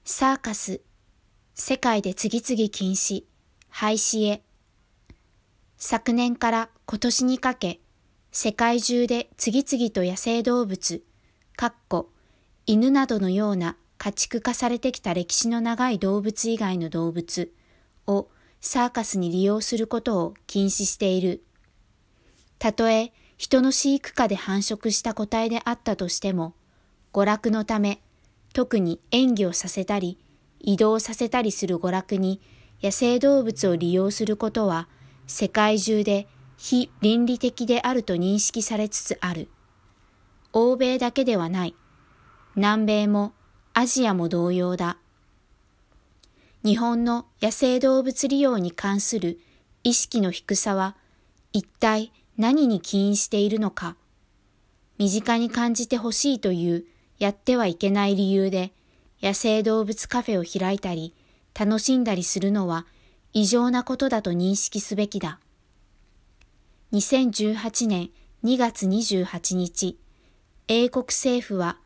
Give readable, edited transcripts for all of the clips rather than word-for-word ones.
サーカス、世界で次々禁止、廃止へ。昨年から今年にかけ、世界中で次々と野生動物、犬などのような家畜化されてきた歴史の長い動物以外の動物をサーカスに利用することを禁止している。たとえ人の飼育下で繁殖した個体であったとしても、娯楽のため、特に演技をさせたり、移動させたりする娯楽に野生動物を利用することは世界中で非倫理的であると認識されつつある。欧米だけではない。南米もアジアも同様だ。日本の野生動物利用に関する意識の低さは一体何に起因しているのか。身近に感じてほしいというやってはいけない理由で野生動物カフェを開いたり楽しんだりするのは異常なことだと認識すべきだ。2018年2月28日、英国政府は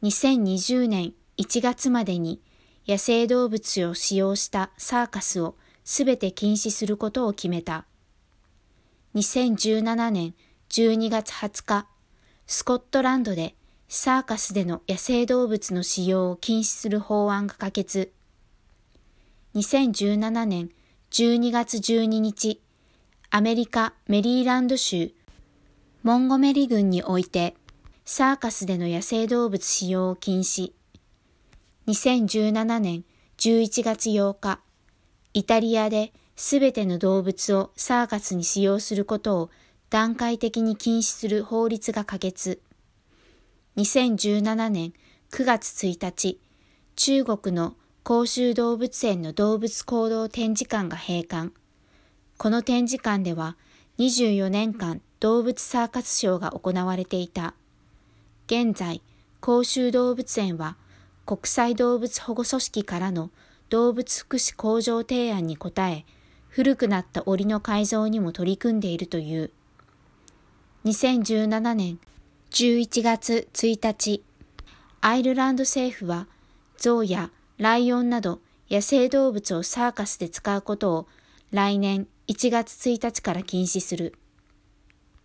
2020年1月までに野生動物を使用したサーカスをすべて禁止することを決めた。2017年12月20日、スコットランドでサーカスでの野生動物の使用を禁止する法案が可決。2017年12月12日、アメリカ・メリーランド州モンゴメリ郡においてサーカスでの野生動物使用を禁止。2017年11月8日、イタリアですべての動物をサーカスに使用することを段階的に禁止する法律が可決。2017年9月1日、中国の広州動物園の動物行動展示館が閉館。この展示館では24年間動物サーカスショーが行われていた。現在、広州動物園は国際動物保護組織からの動物福祉向上提案に応え、古くなった檻の改造にも取り組んでいるという。2017年11月1日、アイルランド政府は象やライオンなど野生動物をサーカスで使うことを来年1月1日から禁止する。